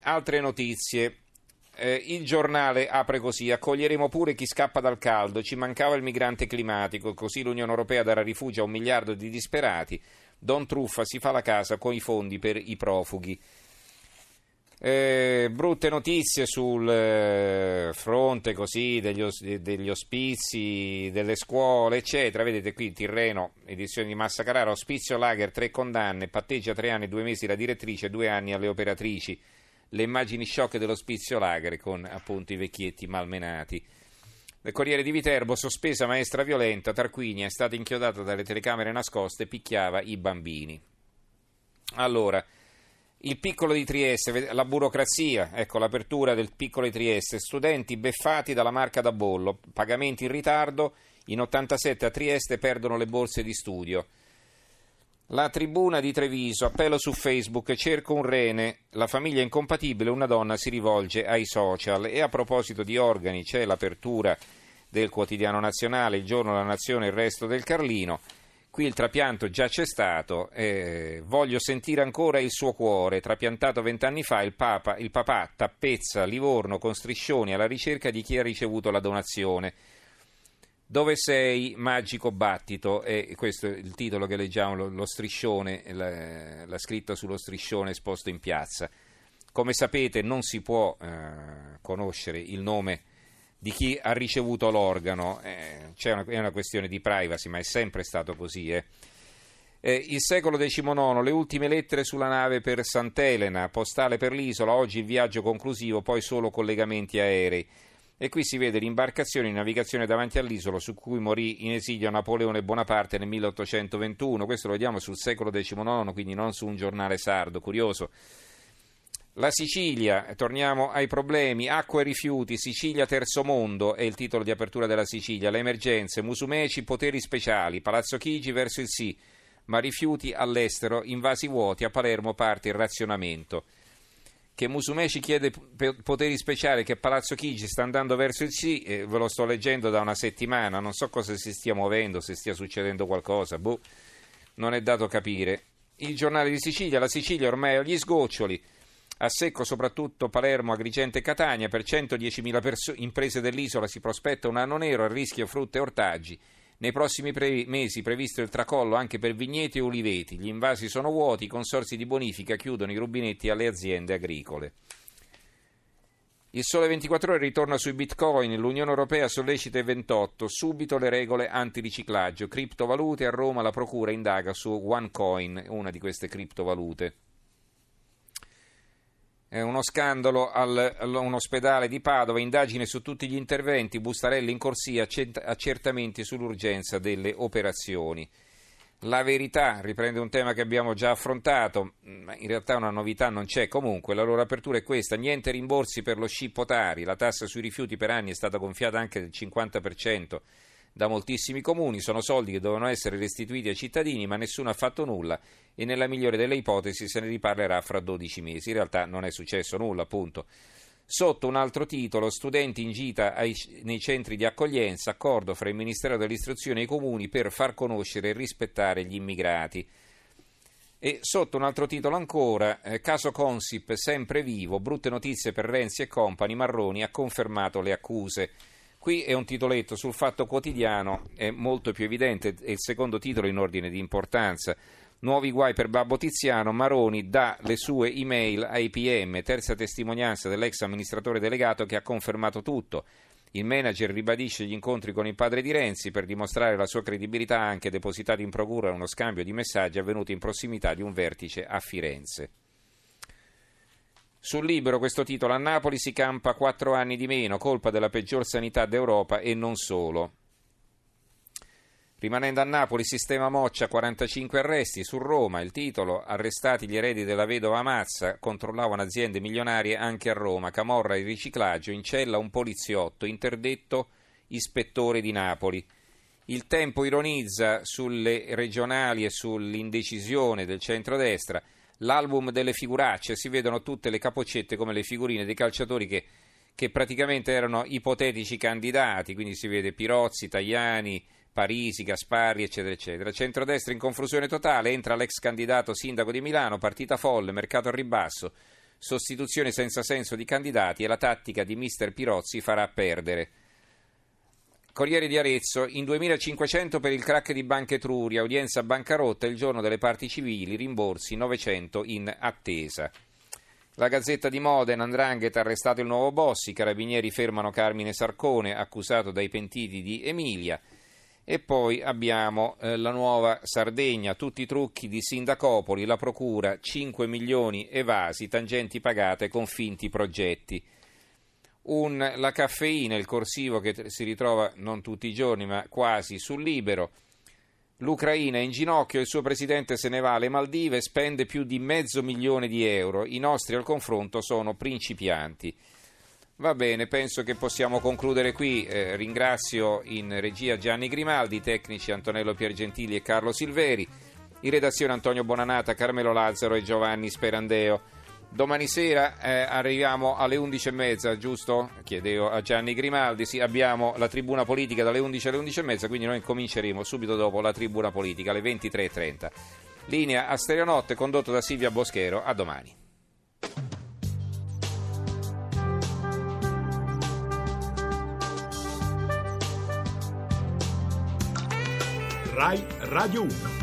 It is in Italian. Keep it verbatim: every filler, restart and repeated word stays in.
Altre notizie. Eh, il giornale apre così: accoglieremo pure chi scappa dal caldo, ci mancava il migrante climatico, così l'Unione Europea darà rifugio a un miliardo di disperati, Don Truffa si fa la casa con i fondi per i profughi. Eh, brutte notizie sul eh, fronte così degli, os- degli ospizi, delle scuole eccetera. Vedete qui Tirreno, edizione di Massa Carrara, ospizio lager, tre condanne, patteggia tre anni e due mesi la direttrice, due anni alle operatrici. Le immagini shock dell'ospizio lager con appunto i vecchietti malmenati. Il Corriere di Viterbo, sospesa maestra violenta, Tarquinia è stata inchiodata dalle telecamere nascoste, picchiava i bambini. Allora, il piccolo di Trieste, la burocrazia, ecco l'apertura del piccolo di Trieste, studenti beffati dalla marca da bollo, pagamenti in ritardo, in ottantasette a Trieste perdono le borse di studio. La Tribuna di Treviso, appello su Facebook, cerco un rene, la famiglia incompatibile, una donna si rivolge ai social. E a proposito di organi c'è l'apertura del Quotidiano Nazionale, il Giorno, la Nazione, il Resto del Carlino. Qui il trapianto già c'è stato, eh, voglio sentire ancora il suo cuore, trapiantato vent'anni fa, il, papa, il papà tappezza Livorno con striscioni alla ricerca di chi ha ricevuto la donazione. Dove sei, magico battito? E questo è il titolo che leggiamo, lo, lo striscione, la, la scritta sullo striscione esposto in piazza. Come sapete non si può eh, conoscere il nome di chi ha ricevuto l'organo, eh, c'è una, è una questione di privacy, ma è sempre stato così. Eh. Eh, il secolo diciannove, le ultime lettere sulla nave per Sant'Elena, postale per l'isola, oggi il viaggio conclusivo, poi solo collegamenti aerei. E qui si vede l'imbarcazione in navigazione davanti all'isola su cui morì in esilio Napoleone Bonaparte nel milleottocentoventuno. Questo lo vediamo sul secolo diciannove, quindi non su un giornale sardo, curioso. La Sicilia, torniamo ai problemi, acqua e rifiuti, Sicilia terzo mondo è il titolo di apertura della Sicilia, le emergenze, Musumeci, poteri speciali, Palazzo Chigi verso il sì, ma rifiuti all'estero, invasi vuoti, a Palermo parte il razionamento. Che Musumeci chiede poteri speciali, che Palazzo Chigi sta andando verso il sì, eh, ve lo sto leggendo da una settimana, non so cosa si stia muovendo, se stia succedendo qualcosa, boh, non è dato capire. Il Giornale di Sicilia, la Sicilia ormai agli sgoccioli, a secco soprattutto Palermo, Agrigento e Catania, per centodiecimila perso- imprese dell'isola si prospetta un anno nero, a rischio frutta e ortaggi. Nei prossimi pre- mesi previsto il tracollo anche per vigneti e oliveti, gli invasi sono vuoti, i consorzi di bonifica chiudono i rubinetti alle aziende agricole. Il Sole ventiquattro Ore ritorna sui bitcoin, l'Unione Europea sollecita i ventotto, subito le regole antiriciclaggio, criptovalute, a Roma la procura indaga su OneCoin, una di queste criptovalute. È uno scandalo al, a un ospedale di Padova, indagine su tutti gli interventi, Bustarelli in corsia, accertamenti sull'urgenza delle operazioni. La Verità riprende un tema che abbiamo già affrontato, ma in realtà una novità non c'è. Comunque la loro apertura è questa: niente rimborsi per lo scippo Tari, la tassa sui rifiuti per anni è stata gonfiata anche del cinquanta per cento da moltissimi comuni, sono soldi che dovevano essere restituiti ai cittadini, ma nessuno ha fatto nulla e nella migliore delle ipotesi se ne riparlerà fra dodici mesi. In realtà non è successo nulla, appunto. Sotto un altro titolo, studenti in gita ai, nei centri di accoglienza, accordo fra il Ministero dell'Istruzione e i comuni per far conoscere e rispettare gli immigrati. E sotto un altro titolo ancora, eh, caso Consip sempre vivo, brutte notizie per Renzi e compagni, Marroni ha confermato le accuse. Qui è un titoletto, sul Fatto Quotidiano è molto più evidente, è il secondo titolo in ordine di importanza. Nuovi guai per Babbo Tiziano, Maroni dà le sue email ai P M, terza testimonianza dell'ex amministratore delegato che ha confermato tutto. Il manager ribadisce gli incontri con il padre di Renzi per dimostrare la sua credibilità, ha anche depositato in procura uno scambio di messaggi avvenuto in prossimità di un vertice a Firenze. Sul Libero questo titolo: a Napoli si campa quattro anni di meno, colpa della peggior sanità d'Europa e non solo. Rimanendo a Napoli, sistema Moccia, quarantacinque arresti. Su Roma il titolo: arrestati gli eredi della vedova Mazza, controllavano aziende milionarie anche a Roma, camorra e riciclaggio, in cella un poliziotto, interdetto ispettore di Napoli. Il Tempo ironizza sulle regionali e sull'indecisione del centrodestra. L'album delle figuracce, si vedono tutte le capocette come le figurine dei calciatori che, che praticamente erano ipotetici candidati, quindi si vede Pirozzi, Tajani, Parisi, Gasparri, eccetera, eccetera. Centrodestra in confusione totale, entra l'ex candidato sindaco di Milano, partita folle, mercato al ribasso, sostituzione senza senso di candidati e la tattica di mister Pirozzi farà perdere. Corriere di Arezzo, in duemilacinquecento per il crack di Banca Etruria, udienza bancarotta il giorno delle parti civili, rimborsi novecento in attesa. La Gazzetta di Modena, 'ndrangheta, arrestato il nuovo boss, i carabinieri fermano Carmine Sarcone, accusato dai pentiti di Emilia. E poi abbiamo eh, la Nuova Sardegna, tutti i trucchi di Sindacopoli, la procura, cinque milioni evasi, tangenti pagate con finti progetti. Un, la caffeina, il corsivo che si ritrova non tutti i giorni ma quasi sul Libero. L'Ucraina è in ginocchio, il suo presidente se ne va alle Maldive, spende più di mezzo milione di euro, i nostri al confronto sono principianti. Va bene, penso che possiamo concludere qui, eh, ringrazio in regia Gianni Grimaldi, i tecnici Antonello Piergentili e Carlo Silveri, in redazione Antonio Bonanata, Carmelo Lazzaro e Giovanni Sperandeo. Domani sera eh, arriviamo alle undici e mezza, giusto? Chiedevo a Gianni Grimaldi, sì, abbiamo la tribuna politica dalle undici alle undici e mezza, quindi noi cominceremo subito dopo la tribuna politica alle ventitré e trenta. Linea a Stereonotte condotto da Silvia Boschero, a domani. Rai Radio uno.